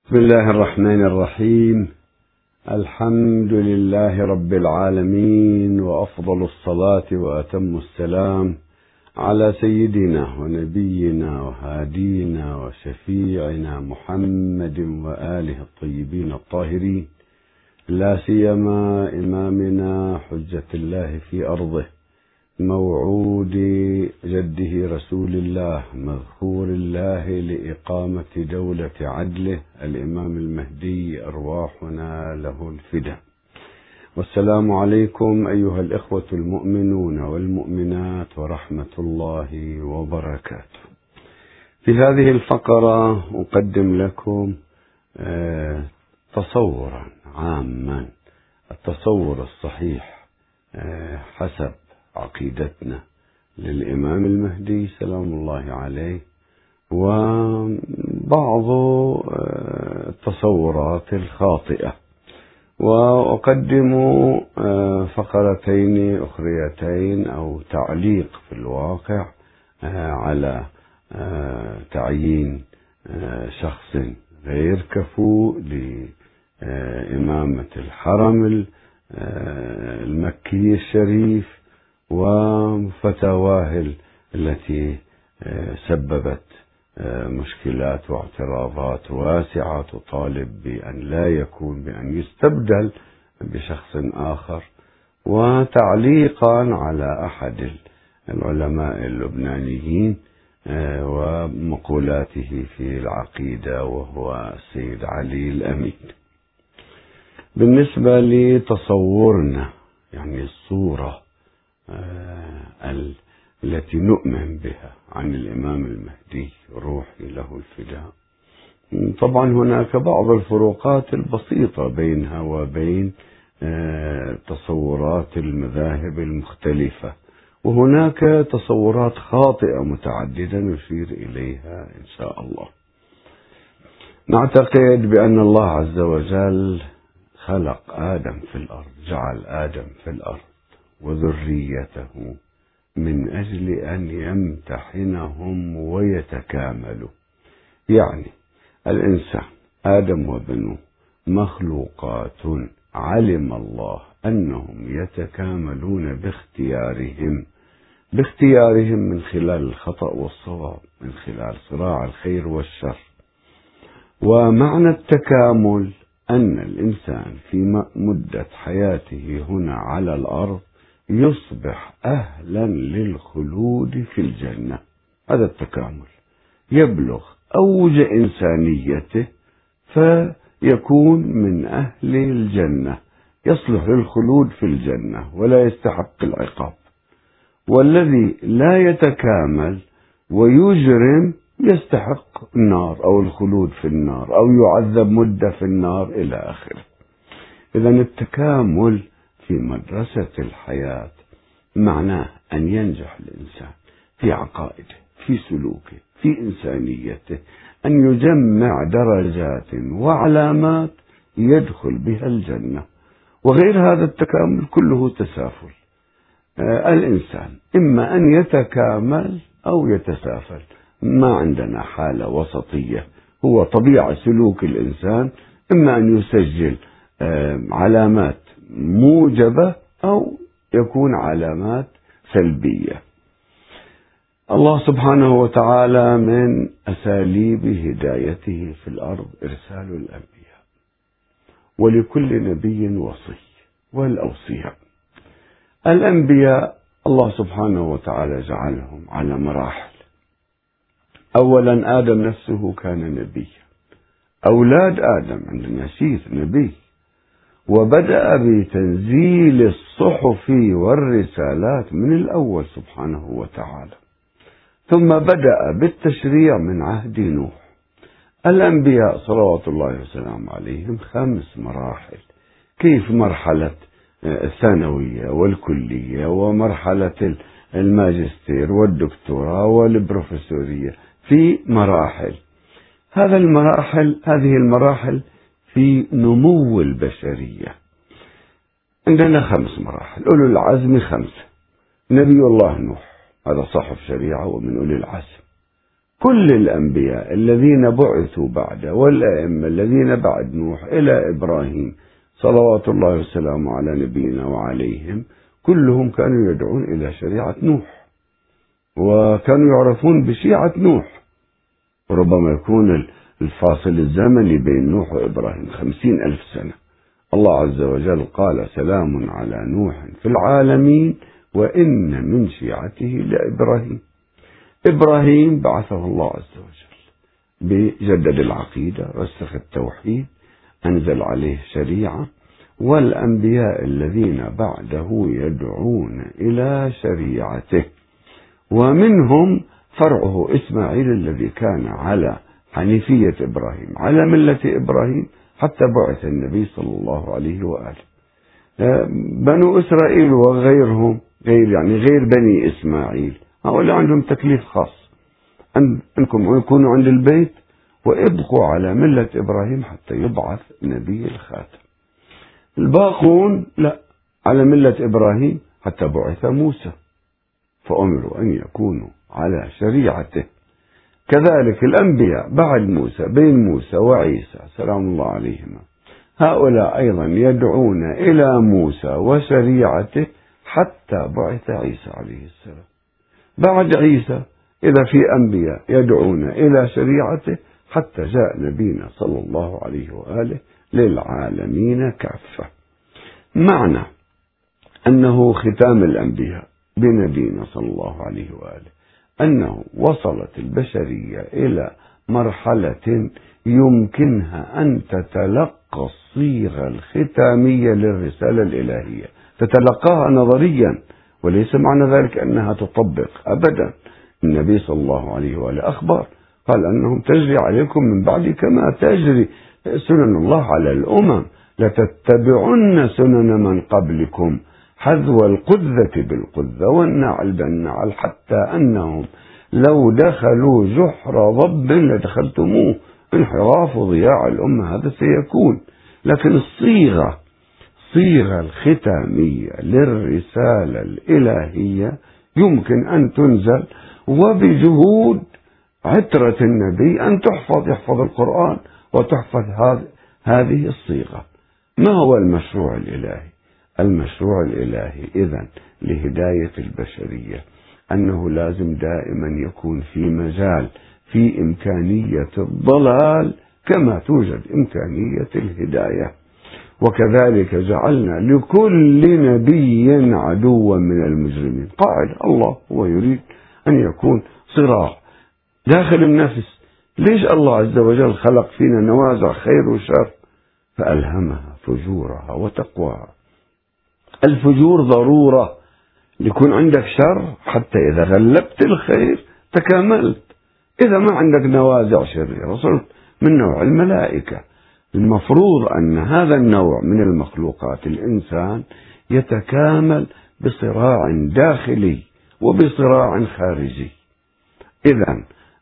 بسم الله الرحمن الرحيم. الحمد لله رب العالمين، وأفضل الصلاة وأتم السلام على سيدنا ونبينا وهادينا وشفيعنا محمد وآله الطيبين الطاهرين، لا سيما إمامنا حجة الله في أرضه، موعود جده رسول الله، مذكور الله لإقامة دولة عدله، الإمام المهدي، أرواحنا له الفداء. والسلام عليكم أيها الإخوة المؤمنون والمؤمنات ورحمة الله وبركاته. في هذه الفقرة أقدم لكم تصورا عاما، التصور الصحيح حسب عقيدتنا للإمام المهدي سلام الله عليه، وبعض التصورات الخاطئة، وأقدم فقرتين أخريتين أو تعليق في الواقع على تعيين شخص غير كفؤ لإمامة الحرم المكي الشريف، وفتاواه التي سببت مشكلات واعتراضات واسعة تطالب بأن لا يكون، بأن يستبدل بشخص آخر، وتعليقا على أحد العلماء اللبنانيين ومقولاته في العقيدة، وهو السيد علي الأمين. بالنسبة لتصورنا، يعني الصورة التي نؤمن بها عن الإمام المهدي روحي له الفداء، طبعا هناك بعض الفروقات البسيطة بينها وبين تصورات المذاهب المختلفة، وهناك تصورات خاطئة متعددة نشير إليها إن شاء الله. نعتقد بأن الله عز وجل خلق آدم في الأرض، جعل آدم في الأرض وذريته من أجل أن يمتحنهم ويتكاملوا. يعني الإنسان آدم وبنوه مخلوقات علم الله أنهم يتكاملون باختيارهم من خلال الخطأ والصواب، من خلال صراع الخير والشر. ومعنى التكامل أن الإنسان في مدة حياته هنا على الأرض يصبح أهلا للخلود في الجنة. هذا التكامل، يبلغ أوج إنسانيته فيكون من أهل الجنة، يصلح للخلود في الجنة ولا يستحق العقاب. والذي لا يتكامل ويجرم يستحق النار أو الخلود في النار أو يعذب مدة في النار إلى آخره. إذن التكامل في مدرسة الحياة معناه أن ينجح الإنسان في عقائده، في سلوكه، في إنسانيته، أن يجمع درجات وعلامات يدخل بها الجنة. وغير هذا التكامل كله تسافل. الإنسان إما أن يتكامل أو يتسافل، ما عندنا حالة وسطية. هو طبيعة سلوك الإنسان إما أن يسجل علامات موجبة أو يكون علامات سلبية. الله سبحانه وتعالى من أساليب هدايته في الأرض إرسال الأنبياء، ولكل نبي وصي، والأوصياء. الأنبياء الله سبحانه وتعالى جعلهم على مراحل. أولا آدم نفسه كان نبيا، أولاد آدم عندنا شيث نبي، وبدأ بتنزيل الصحف والرسالات من الأول سبحانه وتعالى، ثم بدأ بالتشريع من عهد نوح. الأنبياء صلوات الله وسلامه عليهم 5 مراحل. كيف مرحلة الثانوية والكلية ومرحلة الماجستير والدكتوراه والبروفيسورية، في مراحل. هذه المراحل في نمو البشرية. عندنا 5 مراحل، أولو العزم 5. نبي الله نوح هذا صاحب شريعة ومن أولي العزم، كل الأنبياء الذين بعثوا بعده والأئمة الذين بعد نوح إلى إبراهيم صلوات الله وسلامه على نبينا وعليهم، كلهم كانوا يدعون إلى شريعة نوح، وكانوا يعرفون بشيعة نوح. ربما يكون الفاصل الزمني بين نوح وإبراهيم 50,000 سنة. الله عز وجل قال: سلام على نوح في العالمين وإن من شيعته لإبراهيم. إبراهيم بعثه الله عز وجل بجدد العقيدة، رسخ التوحيد، أنزل عليه شريعة، والأنبياء الذين بعده يدعون إلى شريعته، ومنهم فرعه إسماعيل الذي كان على حنيفية إبراهيم، على ملة إبراهيم، حتى بعث النبي صلى الله عليه وآله. بنو إسرائيل وغيرهم، غير بني إسماعيل، هؤلاء عندهم تكليف خاص، أنكم يكونوا عند البيت وابقوا على ملة إبراهيم حتى يبعث نبي الخاتم. الباقون لا، على ملة إبراهيم حتى بعث موسى، فأمروا أن يكونوا على شريعته. كذلك الأنبياء بعد موسى، بين موسى وعيسى سلام الله عليهما، هؤلاء أيضا يدعون إلى موسى وشريعته حتى بعث عيسى عليه السلام. بعد عيسى إذا في أنبياء يدعون إلى شريعته حتى جاء نبينا صلى الله عليه وآله للعالمين كافة. معنى أنه ختام الأنبياء بنبينا صلى الله عليه وآله أنه وصلت البشرية إلى مرحلة يمكنها أن تتلقى الصيغة الختامية للرسالة الإلهية، تتلقاها نظريا، وليس معنى ذلك أنها تطبق أبدا. النبي صلى الله عليه وآله أخبر، قال أنهم تجري عليكم من بعد كما تجري سنن الله على الأمم، لتتبعن سنن من قبلكم حذو القذة بالقذة والنعل بالنعل، حتى أنهم لو دخلوا جحر ضب لدخلتموه. انحراف ضياع الأمة هذا سيكون، لكن الصيغة الختامية للرسالة الإلهية يمكن أن تنزل، وبجهود عترة النبي أن يحفظ القرآن وتحفظ هذه الصيغة. ما هو المشروع الإلهي؟ المشروع الإلهي إذن لهداية البشرية أنه لازم دائما يكون في مجال في إمكانية الضلال كما توجد إمكانية الهداية. وكذلك جعلنا لكل نبي عدوا من المجرمين. قاعد الله هو يريد أن يكون صراع داخل النفس. ليش الله عز وجل خلق فينا نوازع خير وشر؟ فألهمها فجورها وتقواها. الفجور ضرورة، يكون عندك شر حتى إذا غلبت الخير تكاملت. إذا ما عندك نوازع شريرة صرت من نوع الملائكة. المفروض أن هذا النوع من المخلوقات الإنسان يتكامل بصراع داخلي وبصراع خارجي. إذن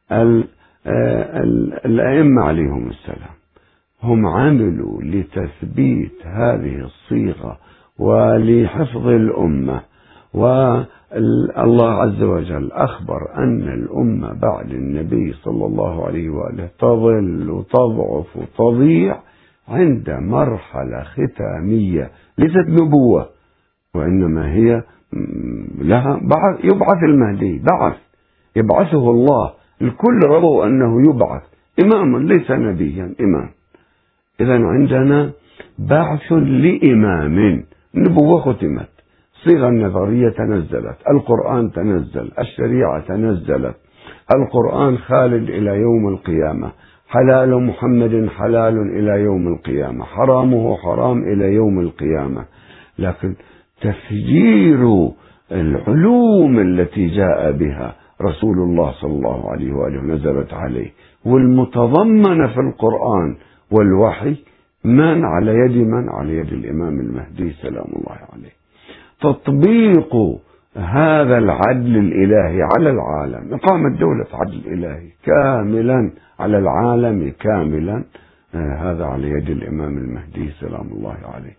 الأئمة عليهم السلام هم عملوا لتثبيت هذه الصيغة ولحفظ الأمة، والله عز وجل أخبر أن الأمة بعد النبي صلى الله عليه وآله تضل وتضعف وتضيع عند مرحلة ختامية، ليست نبوة وإنما هي لها يبعث المهدي، يبعثه الله. الكل رضوا أنه يبعث إماما ليس نبيا، إمام. إذن عندنا بعث لإمام، النبوة ختمت، الصيغة النظرية تنزلت، القرآن تنزل، الشريعة تنزلت، القرآن خالد إلى يوم القيامة، حلال محمد حلال إلى يوم القيامة، حرامه حرام إلى يوم القيامة. لكن تفجير العلوم التي جاء بها رسول الله صلى الله عليه وآله نزلت عليه والمتضمنة في القرآن والوحي من على يد الإمام المهدي سلام الله عليه. تطبيق هذا العدل الإلهي على العالم، إقامة دولة عدل إلهي كاملا على العالم كاملا، هذا على يد الإمام المهدي سلام الله عليه.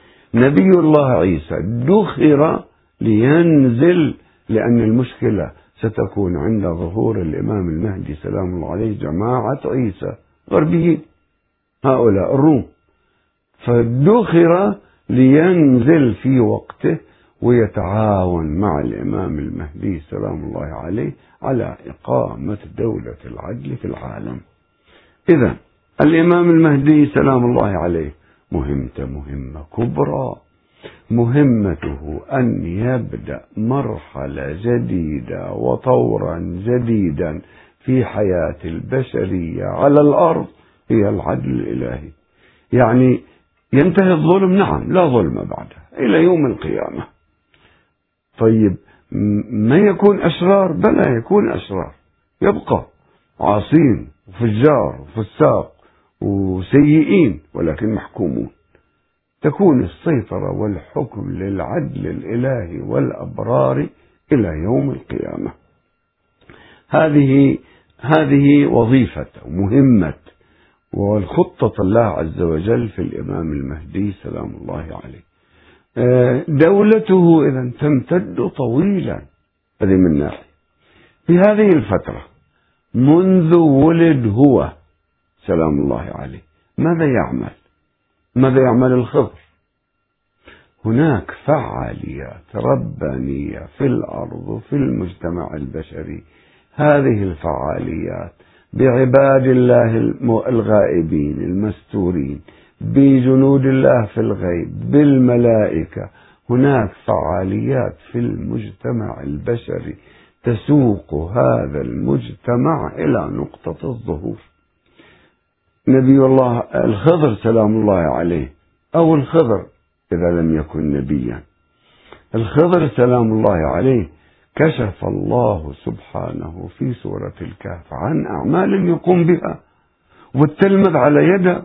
نبي الله عيسى دخر لينزل، لأن المشكلة ستكون عند ظهور الإمام المهدي سلام الله عليه جماعة عيسى غربيين، هؤلاء الروم، فادخر لينزل في وقته ويتعاون مع الإمام المهدي سلام الله عليه على إقامة دولة العدل في العالم. إذن الإمام المهدي سلام الله عليه مهمته مهمة كبرى، مهمته أن يبدأ مرحلة جديدة وطورا جديدا في حياة البشرية على الأرض، هي العدل الإلهي. يعني ينتهي الظلم، نعم، لا ظلم بعده إلى يوم القيامة. طيب ما يكون أشرار؟ بلى يكون أشرار، يبقى عاصين وفجار وفساق وسيئين ولكن محكومون. تكون السيطرة والحكم للعدل الإلهي والأبرار إلى يوم القيامة. هذه وظيفة ومهمة والخطة الله عز وجل في الإمام المهدي سلام الله عليه. دولته إذن تمتد طويلا، هذه من ناحية. في هذه الفترة منذ ولد هو سلام الله عليه ماذا يعمل الخضر؟ هناك فعاليات ربانية في الأرض وفي المجتمع البشري. هذه الفعاليات بعباد الله الغائبين المستورين، بجنود الله في الغيب، بالملائكة. هناك فعاليات في المجتمع البشري تسوق هذا المجتمع إلى نقطة الظهور. نبي الله الخضر سلام الله عليه، أو الخضر إذا لم يكن نبيا، الخضر سلام الله عليه كشف الله سبحانه في سورة الكهف عن أعمال يقوم بها، والتلمذ على يد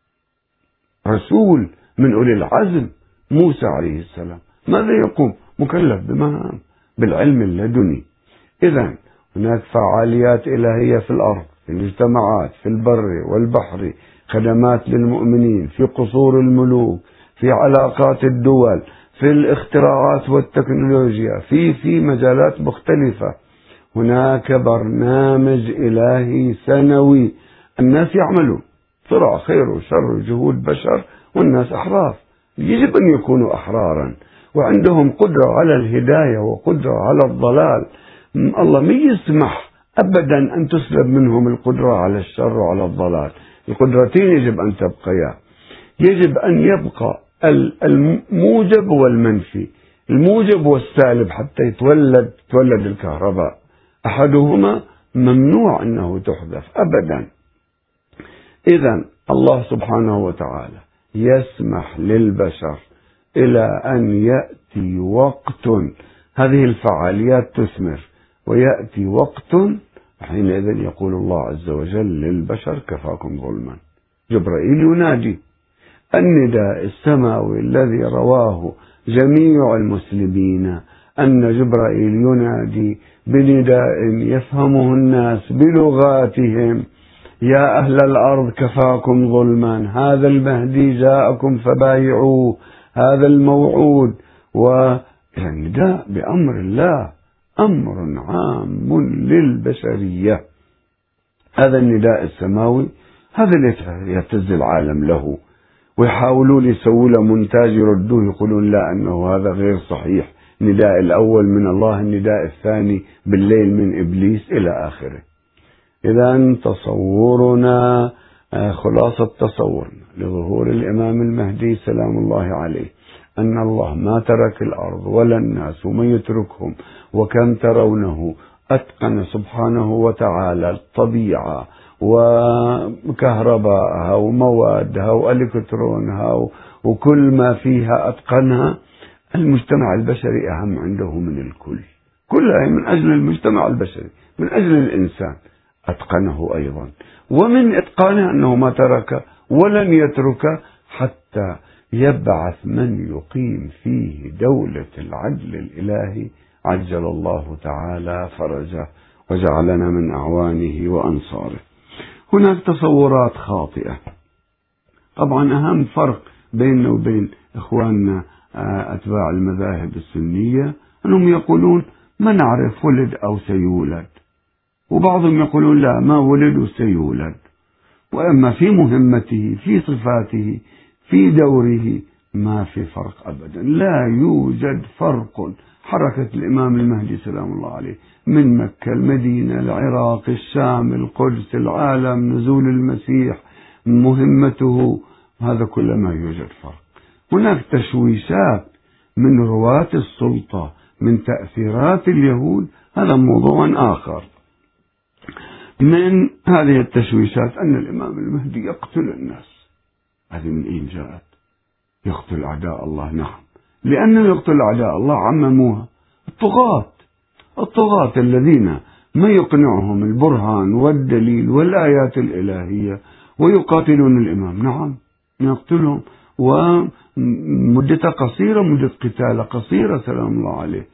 رسول من أولي العزم موسى عليه السلام. ماذا يقوم؟ مكلف بمهام بالعلم اللدني. إذن هناك فعاليات إلهية في الأرض، في المجتمعات، في البر والبحر، خدمات للمؤمنين، في قصور الملوك، في علاقات الدول، في الاختراعات والتكنولوجيا، في مجالات مختلفة. هناك برنامج إلهي سنوي، الناس يعملون صراع خير وشر جهود بشر، والناس أحرار، يجب أن يكونوا أحرارا وعندهم قدرة على الهداية وقدرة على الضلال. الله ما يسمح أبدا أن تسلب منهم القدرة على الشر وعلى الضلال. القدرتين يجب أن تبقيا، يجب أن يبقى الموجب والمنفي، الموجب والسالب حتى تولد الكهرباء. أحدهما ممنوع أنه تحدث أبدا. إذن الله سبحانه وتعالى يسمح للبشر إلى أن يأتي وقت هذه الفعاليات تثمر، ويأتي وقت حينئذ يقول الله عز وجل للبشر كفاكم ظلما. جبرائيل ينادي النداء السماوي الذي رواه جميع المسلمين، أن جبرائيل ينادي بنداء يفهمه الناس بلغاتهم: يا أهل الأرض كفاكم ظلما، هذا المهدي جاءكم فبايعوه، هذا الموعود. والنداء بأمر الله أمر عام للبشرية. هذا النداء السماوي هذا اللي يهتز العالم له، ويحاولون يسووا له مونتاج يردوه، يقولون لا أنه هذا غير صحيح، النداء الأول من الله، النداء الثاني بالليل من إبليس إلى آخره. إذا تصورنا، خلاصة تصورنا لظهور الإمام المهدي سلام الله عليه، أن الله ما ترك الأرض ولا الناس ومن يتركهم، وكم ترونه أتقن سبحانه وتعالى الطبيعة وكهربائها وموادها وإلكترونها وكل ما فيها أتقنها. المجتمع البشري أهم عنده من الكل، كلها من أجل المجتمع البشري، من أجل الإنسان، أتقنه أيضا. ومن إتقانه أنه ما ترك ولن يترك حتى يبعث من يقيم فيه دولة العدل الإلهي، عجل الله تعالى فرجه وجعلنا من أعوانه وأنصاره. هناك تصورات خاطئة. طبعا أهم فرق بيننا وبين إخواننا أتباع المذاهب السنية أنهم يقولون ما نعرف ولد أو سيولد، وبعضهم يقولون لا ما ولد وسيولد. وأما في مهمته، في صفاته، في دوره، ما في فرق أبدا، لا يوجد فرق. حركة الإمام المهدي سلام الله عليه من مكة، المدينة، العراق، الشام، القدس، العالم، نزول المسيح، مهمته، هذا كله ما يوجد فرق. هناك تشويشات من رواة السلطة، من تأثيرات اليهود، هذا موضوع آخر. من هذه التشويشات أن الإمام المهدي يقتل الناس. هذه من أين جاءت؟ يقتل أعداء الله، نعم، لأنه يقتل أعداء الله عمموها الطغاة الذين ما يقنعهم البرهان والدليل والآيات الإلهية ويقاتلون الإمام، نعم يقتلهم، ومدة قصيرة، مدة قتال قصيرة سلام الله عليه.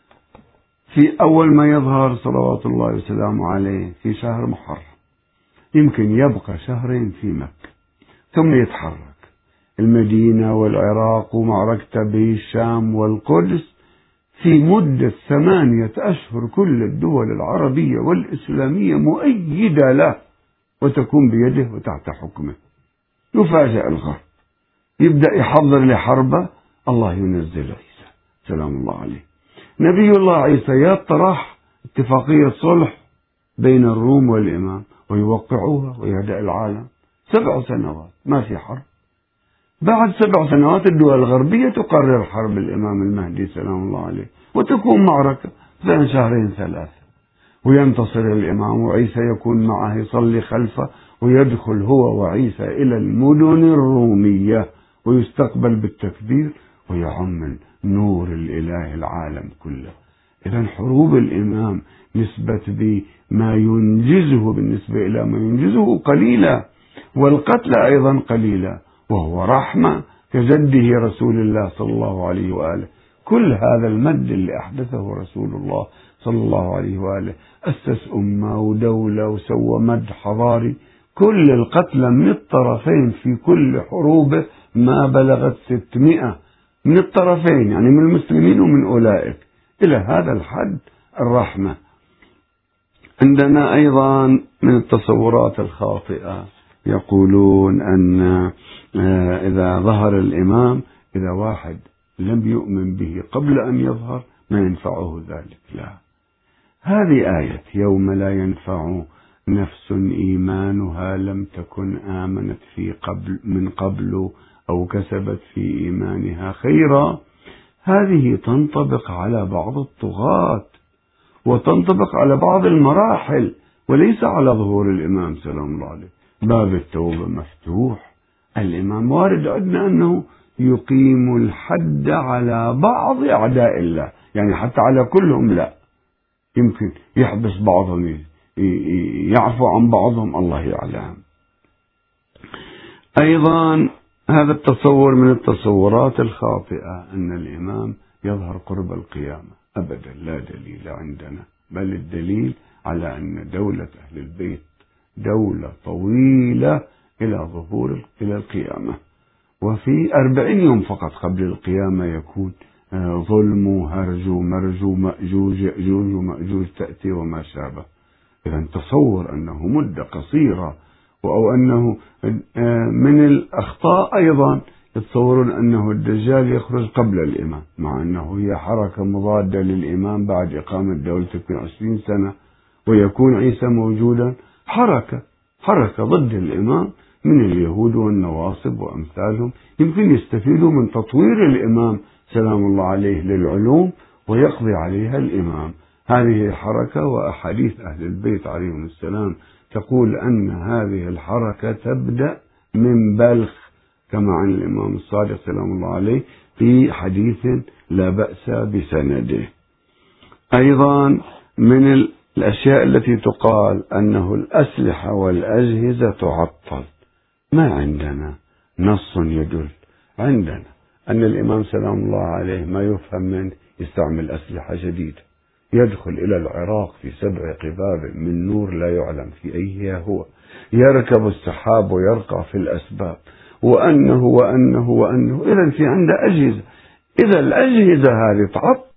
في أول ما يظهر صلوات الله وسلامه عليه في شهر محرم، يمكن يبقى شهرين في مكة ثم يتحرك المدينة والعراق ومعركته بالشام والقدس في مدة 8 أشهر. كل الدول العربية والإسلامية مؤيدة له وتكون بيده وتحت حكمه. يفاجأ الغرب، يبدأ يحضر لحربه، الله ينزل عيسى سلام الله عليه. نبي الله عيسى يطرح اتفاقية صلح بين الروم والإمام ويوقعوها ويهدأ العالم. 7 سنوات ما في حرب. بعد 7 سنوات الدول الغربية تقرر حرب الإمام المهدي سلام الله عليه، وتكون معركة بين 2-3 وينتصر الإمام، وعيسى يكون معه يصلي خلفه، ويدخل هو وعيسى إلى المدن الرومية ويستقبل بالتكبير ويعم نور الإله العالم كله. إذن حروب الإمام نسبة بما ينجزه بالنسبة إلى ما ينجزه قليلة، والقتل أيضا قليلة، وهو رحمة كجده رسول الله صلى الله عليه وآله. كل هذا المد اللي أحدثه رسول الله صلى الله عليه وآله، أسس أمة ودولة وسوى مد حضاري. كل القتلى من الطرفين في كل حروبه ما بلغت 600 من الطرفين، يعني من المسلمين ومن أولئك، إلى هذا الحد الرحمة. عندنا أيضا من التصورات الخاطئة، يقولون أن إذا ظهر الإمام، إذا واحد لم يؤمن به قبل أن يظهر ما ينفعه ذلك. لا، هذه آية يوم لا ينفع نفس إيمانها لم تكن آمنت من قبل أو كسبت في إيمانها خيرا. هذه تنطبق على بعض الطغاة وتنطبق على بعض المراحل، وليس على ظهور الإمام سلام الله عليه. باب التوبة مفتوح. الإمام وارد عندنا أنه يقيم الحد على بعض أعداء الله، يعني حتى على كلهم لا، يمكن يحبس بعضهم، يعفو عن بعضهم، الله يعلم. أيضا هذا التصور من التصورات الخاطئة أن الإمام يظهر قرب القيامة، أبدا لا دليل عندنا، بل الدليل على أن دولة أهل البيت دولة طويلة إلى إلى القيامة، وفي 40 يوم فقط قبل القيامة يكون ظلم وهرج ومرج ومأجوج يأجوج ومأجوج تأتي وما شابه. إذا تصور أنه مدة قصيرة، أو أنه من الأخطاء أيضا يتصورون أنه الدجال يخرج قبل الإمام، مع أنه هي حركة مضادة للإمام بعد إقامة دولته في 20 سنة، ويكون عيسى موجودا، حركة ضد الإمام من اليهود والنواصب وأمثالهم، يمكن يستفيدوا من تطوير الإمام سلام الله عليه للعلوم ويقضي عليها الإمام. هذه الحركة وأحاديث أهل البيت عليهم السلام تقول أن هذه الحركة تبدأ من بلخ، كما عن الإمام الصادق سلام الله عليه في حديث لا بأس بسنده. أيضا من الأشياء التي تقال أنه الأسلحة والأجهزة تعطل، ما عندنا نص يدل. عندنا أن الإمام سلام الله عليه ما يفهم منه يستعمل أسلحة جديدة، يدخل إلى العراق في 7 قباب من نور لا يعلم في أيها هو، يركب السحاب ويرقى في الأسباب، وأنه إذا في عنده أجهزة. إذا الأجهزة هذه تعطل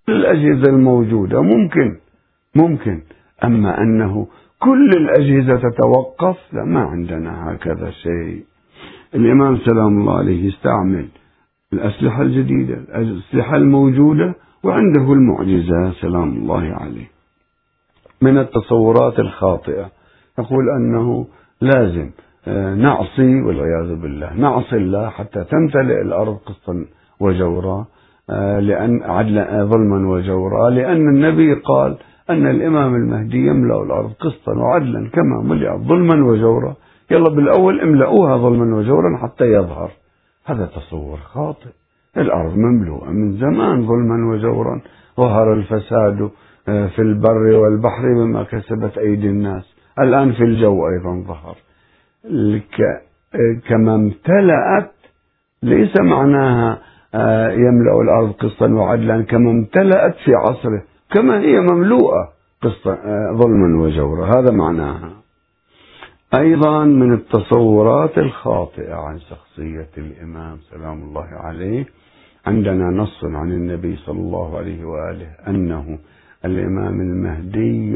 الأجهزة الموجودة ممكن، أما أنه كل الأجهزة تتوقف، لا، ما عندنا هكذا شيء. الإمام سلام الله عليه يستعمل الأسلحة الجديدة، الأسلحة الموجودة، وعنده المعجزة سلام الله عليه. من التصورات الخاطئة يقول أنه لازم نعصي، والعياذ بالله، نعصي الله حتى تمتلئ الأرض قسطا وجورا، لأن عدلا ظلما وجورا، لأن النبي قال أن الإمام المهدي يملأ الأرض قسطا وعدلا كما ملئت ظلما وجورا، يلا بالأول املأوها ظلما وجورا حتى يظهر. هذا تصور خاطئ. الأرض مملوءة من زمان ظلما وجورا، ظهر الفساد في البر والبحر بما كسبت أيدي الناس، الآن في الجو أيضا ظهر. كما امتلأت ليس معناها يملأ الأرض قسطا وعدلا، كما امتلأت في عصره، كما هي مملوءة قسطا ظلما وجورا، هذا معناها. أيضا من التصورات الخاطئة عن شخصية الإمام سلام الله عليه، عندنا نص عن النبي صلى الله عليه وآله أنه الإمام المهدي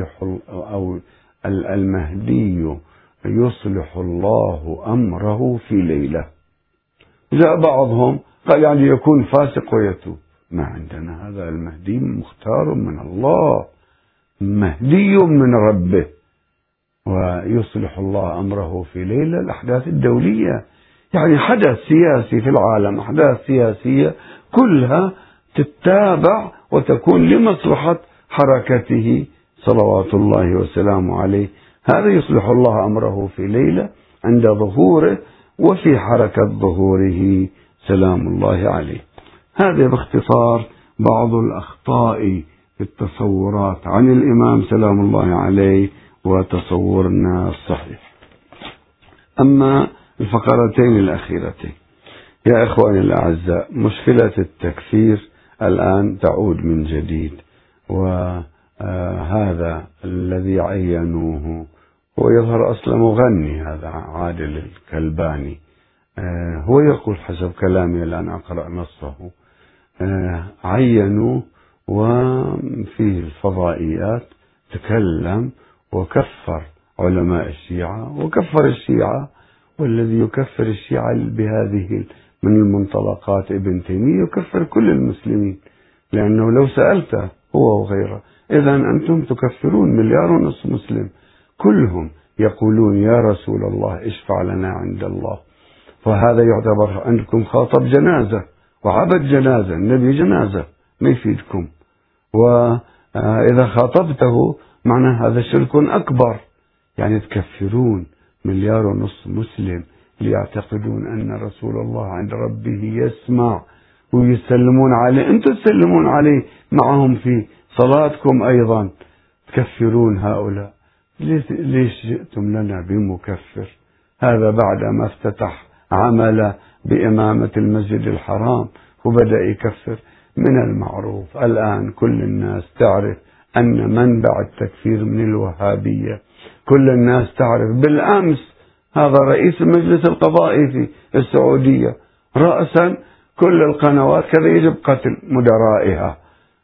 المهدي يصلح الله أمره في ليلة. جاء بعضهم قال يعني يكون فاسق ويتوب، ما عندنا هذا. المهدي مختار من الله، مهدي من ربه، ويصلح الله أمره في ليلة. الأحداث الدولية يعني حدث سياسي في العالم، أحداث سياسية كلها تتابع وتكون لمصلحة حركته صلوات الله وسلامه عليه. هذا يصلح الله أمره في ليلة عند ظهوره وفي حركة ظهوره سلام الله عليه. هذا باختصار بعض الأخطاء في التصورات عن الإمام سلام الله عليه وتصورنا الصحيح. أما الفقرتين الأخيرتين، يا إخواني الأعزاء، مشكلة التكفير الآن تعود من جديد، وهذا الذي عينوه هو يظهر أصلا مغني، هذا عادل الكلباني، هو يقول حسب كلامي الآن أقرأ نصه، عينوه وفي الفضائيات تكلم وكفر علماء الشيعة وكفر الشيعة، والذي يكفر الشيعة بهذه من المنطلقات ابن تيمية يكفر كل المسلمين، لأنه لو سألته هو وغيره إذا أنتم تكفرون 1.5 مليار مسلم، كلهم يقولون يا رسول الله اشفع لنا عند الله، فهذا يعتبر عندكم خاطب جنازة وعبد جنازة، النبي جنازة ما يفيدكم، وإذا خاطبته معنى هذا شرك أكبر. يعني تكفرون 1.5 مليار مسلم ليعتقدون أن رسول الله عند ربه يسمع ويسلمون عليه، أنتم تسلمون عليه معهم في صلاتكم أيضا، تكفرون هؤلاء. ليش جئتم لنا بمكفر؟ هذا بعدما افتتح عمل بإمامة المسجد الحرام وبدأ يكفر. من المعروف الآن كل الناس تعرف أن منبع التكفير من الوهابية، كل الناس تعرف. بالأمس هذا رئيس المجلس القضائي في السعودية رأسا كل القنوات كذا يجب قتل مدرائها،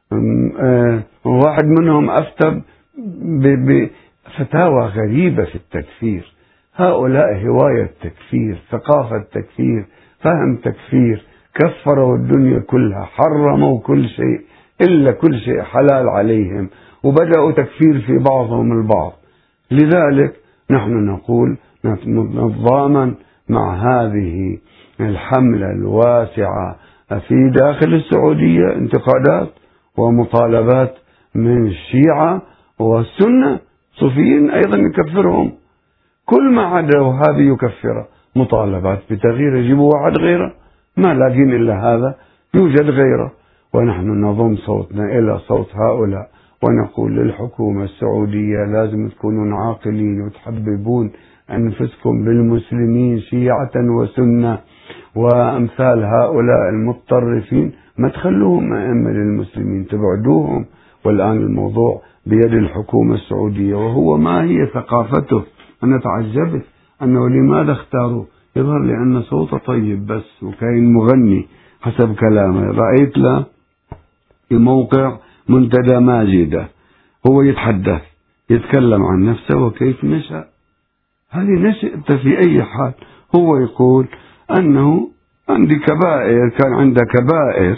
واحد منهم أفتى بفتاوى غريبة في التكفير. هؤلاء هواية تكفير، ثقافة تكفير، فهم تكفير، كفروا الدنيا كلها، حرموا كل شيء إلا كل شيء حلال عليهم، وبدأوا تكفير في بعضهم البعض. لذلك نحن نقول نتضامن مع هذه الحملة الواسعة في داخل السعودية، انتقادات ومطالبات من الشيعة والسنة، صوفيين أيضا يكفرهم، كل ما عدا وهابي يكفره، مطالبات بتغيير، يجيبوا واحد غيره، ما لاقين إلا هذا، يوجد غيره. ونحن نضم صوتنا إلى صوت هؤلاء ونقول للحكومة السعودية لازم تكونون عاقلين وتحببون أنفسكم بالمسلمين شيعة وسنة، وأمثال هؤلاء المتطرفين ما تخلوهم أئمة للمسلمين، تبعدوهم. والآن الموضوع بيد الحكومة السعودية، وهو ما هي ثقافته. أنا تعجبت أنه لماذا اختاروا، يظهر لأن صوته طيب بس وكاين مغني حسب كلامه، رأيت له في موقع منتدى ماجدة، هو يتحدث يتكلم عن نفسه وكيف نشأ. هذه نشأت في أي حال. هو يقول أنه عندي كبائر، كان عنده كبائر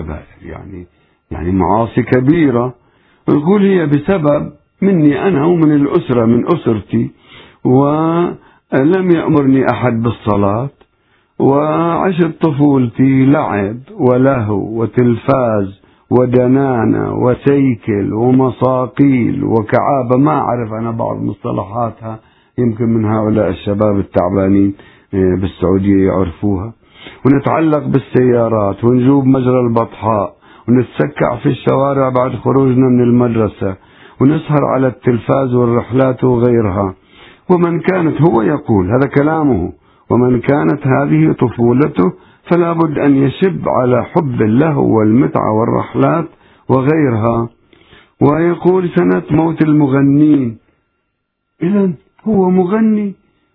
يعني معاصي كبيرة، يقول هي بسبب مني أنا ومن الأسرة، من أسرتي، ولم يأمرني أحد بالصلاة، وعشت طفولتي لعب ولهو وتلفاز ودنانة وسيكل ومصاقيل وكعابة. ما أعرف أنا بعض مصطلحاتها، يمكن من هؤلاء الشباب التعبانين بالسعودية يعرفوها. ونتعلق بالسيارات ونجوب مجرى البطحاء ونتسكع في الشوارع بعد خروجنا من المدرسة ونسهر على التلفاز والرحلات وغيرها. ومن كانت، هو يقول هذا كلامه، ومن كانت هذه طفولته فلا بد أن يشب على حب اللهو والمتعة والرحلات وغيرها. ويقول سنة موت المغنين. إذن هو مغني،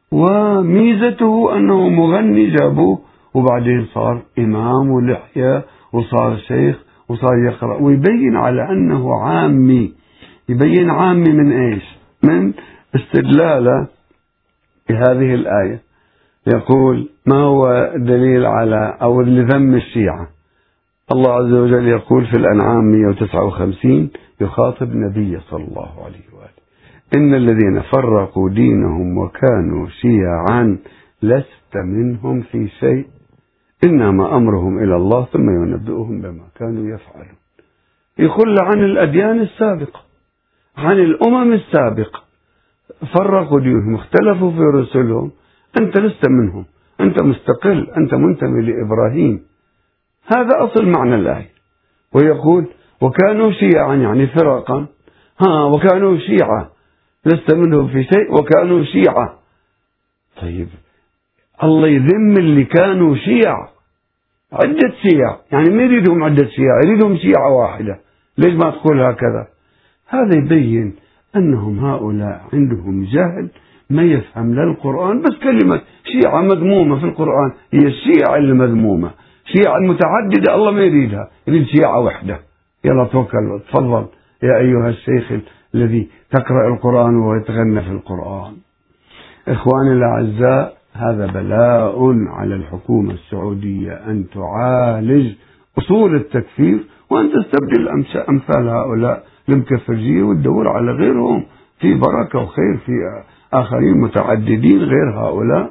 وميزته أنه مغني، جابوه وبعدين صار إمام ولحية وصار شيخ وصار يقرأ ويبين على أنه عامي. يبين عامي من إيش؟ من استدلاله بهذه الآية. يقول ما هو دليل على أو لذم الشيعة؟ الله عز وجل يقول في الأنعام 159 يخاطب نبيه صلى الله عليه وآله: إن الذين فرقوا دينهم وكانوا شيعا لست منهم في شيء إنما أمرهم إلى الله ثم ينبئهم بما كانوا يفعلون. يقول عن الأديان السابقة، عن الأمم السابقة، فرقوا دينهم، اختلفوا في رسلهم، أنت لست منهم، أنت مستقل، أنت منتمي لإبراهيم. هذا أصل معنى الآية. ويقول وكانوا شيعا يعني فرقا، وكانوا شيعا لست منهم في شيء وكانوا شيعا. طيب الله يذم اللي كانوا شيعا، عدة شيعة، يعني ما يريدهم عدة شيعة، يريدهم شيعة واحدة. ليش ما تقول هكذا؟ هذا يبين أنهم هؤلاء عندهم جهل، ما يفهم لا القرآن. بس كلمة شيعة مذمومة في القرآن هي الشيعة المذمومة، شيعة المتعددة الله ما يريدها، يريد شيعة وحدة. يلا توكل، تفضل يا أيها الشيخ الذي تقرأ القرآن ويتغنى في القرآن. إخواني الأعزاء، هذا بلاء على الحكومة السعودية أن تعالج أصول التكفير وأن تستبدل أمثال هؤلاء المكفرجية وتدور على غيرهم في بركة وخير، في آخرين متعددين غير هؤلاء.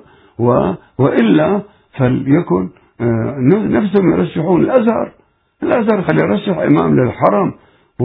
وإلا فليكن نفسهم يرشحون الأزهر خلي يرشح إمام للحرم،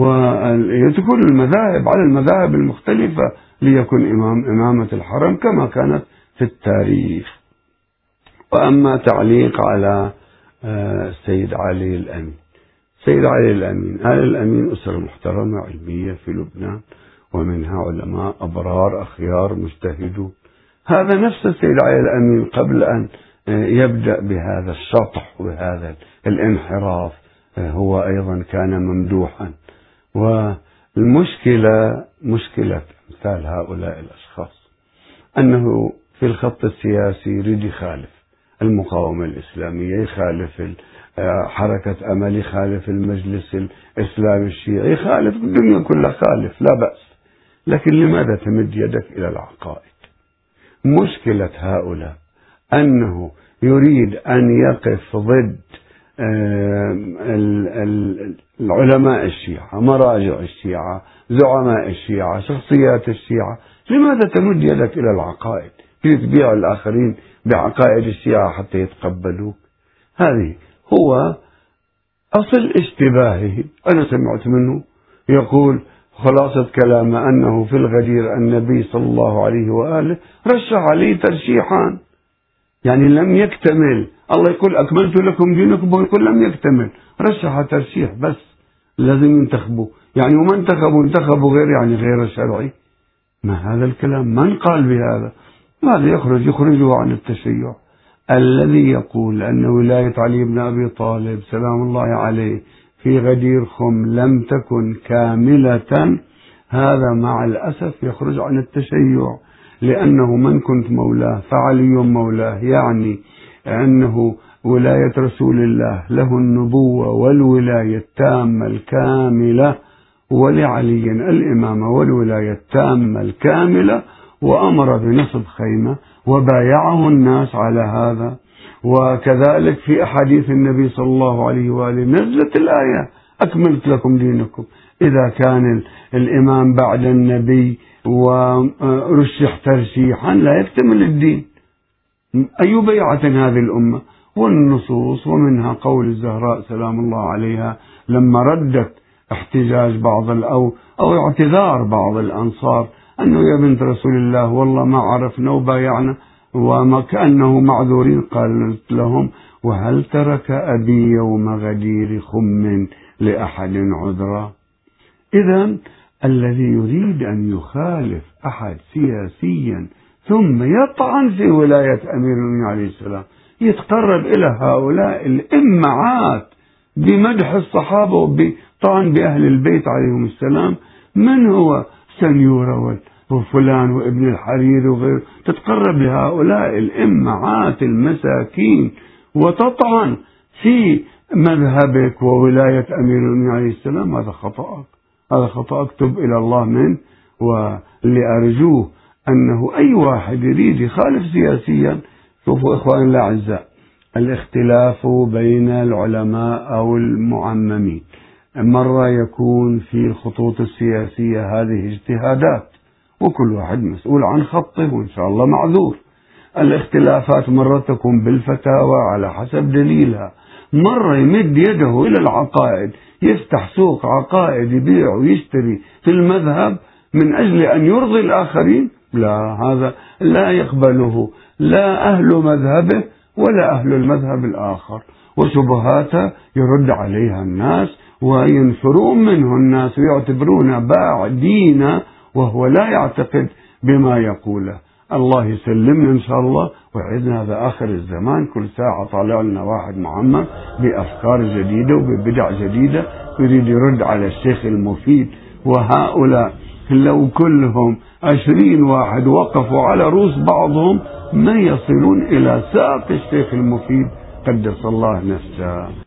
وتكون المذاهب على المذاهب المختلفة ليكن إمامة الحرم كما كانت في التاريخ. وأما تعليق على السيد علي الأمين. سيد علي الأمين أسرة محترمة علمية في لبنان، ومنها علماء أبرار أخيار مجتهدون. هذا نفس السيد علي الأمين قبل أن يبدأ بهذا الشطح وهذا الانحراف هو أيضا كان ممدوحا. والمشكلة مشكلة مثال هؤلاء الأشخاص أنه في الخط السياسي يريد يخالف المقاومة الإسلامية، يخالف حركة أمل، يخالف المجلس الإسلامي الشيعي، يخالف الدنيا كلها، خالف لا بأس. لكن لماذا تمد يدك إلى العقائد؟ مشكلة هؤلاء أنه يريد أن يقف ضد العلماء الشيعة، مراجع الشيعة، زعماء الشيعة، شخصيات الشيعة. لماذا تمد يدك إلى العقائد؟ تبيع الآخرين بعقائد الشيعة حتى يتقبلوك. هذه هو أصل اشتباهه. أنا سمعت منه يقول خلاصة كلامه أنه في الغدير النبي صلى الله عليه وآله رشح عليه ترشيحان، يعني لم يكتمل. الله يقول أكملت لكم دينكم، ويقول لم يكتمل، رشح ترشيح بس لازم ينتخبوا، يعني وما انتخبوا غير يعني غير شرعي. ما هذا الكلام؟ من قال بهذا؟ ماذا يخرجه عن التشيع؟ الذي يقول أن ولاية علي بن أبي طالب سلام الله عليه في غدير خم لم تكن كاملة، هذا مع الأسف يخرج عن التشيع، لأنه من كنت مولاه فعلي مولاه، يعني أنه ولاية رسول الله له النبوة والولاية التامة الكاملة، ولعلي الإمامة والولاية التامة الكاملة، وأمر بنصب خيمة وبايعه الناس على هذا. وكذلك في أحاديث النبي صلى الله عليه وآله نزلت الآية: أكملت لكم دينكم. إذا كان الإمام بعد النبي ورشح ترشيحا لا يكتمل الدين. أي بيعة هذه الأمة؟ والنصوص، ومنها قول الزهراء سلام الله عليها لما ردت احتجاج بعض أو اعتذار بعض الأنصار أنه يا بنت رسول الله والله ما عرفنا وبايعنا وما كأنه معذورين، قالت لهم: وهل ترك أبي يوم غدير خم لأحد عذرا؟ إذا الذي يريد أن يخالف أحد سياسيا ثم يطعن في ولاية أمير المؤمنين عليه السلام يتقرب إلى هؤلاء الإمعات بمدح الصحابة وبطعن بأهل البيت عليهم السلام. من هو سنيورة وفلان وابن الحريري وغيره؟ تتقرب لهؤلاء الإمعات المساكين وتطعن في مذهبك وولاية أمير المؤمنين عليه السلام. هذا خطأك، هذا خطأك، تب إلى الله منه. واللي أرجوه أنه أي واحد يريد يخالف سياسيا، شوفوا إخواني الأعزاء، الاختلاف بين العلماء أو المعممين مرة يكون في الخطوط السياسية هذه اجتهادات، وكل واحد مسؤول عن خطه وإن شاء الله معذور. الاختلافات مرة تكون بالفتاوى على حسب دليلها، مرة يمد يده إلى العقائد، يفتح سوق عقائد يبيع ويشتري في المذهب من أجل أن يرضي الآخرين. لا، هذا لا يقبله لا أهل مذهبه ولا أهل المذهب الآخر، وشبهاته يرد عليها الناس وينفرون منه الناس ويعتبرونه باع دينه وهو لا يعتقد بما يقوله. الله يسلمنا إن شاء الله ويعيدنا هذا آخر الزمان، كل ساعة طالع لنا واحد معمر بأفكار جديدة وببدع جديدة يريد يرد على الشيخ المفيد. وهؤلاء لو كلهم 20 واحد وقفوا على رؤوس بعضهم ما يصلون إلى ساق الشيخ المفيد قدس الله نفسه.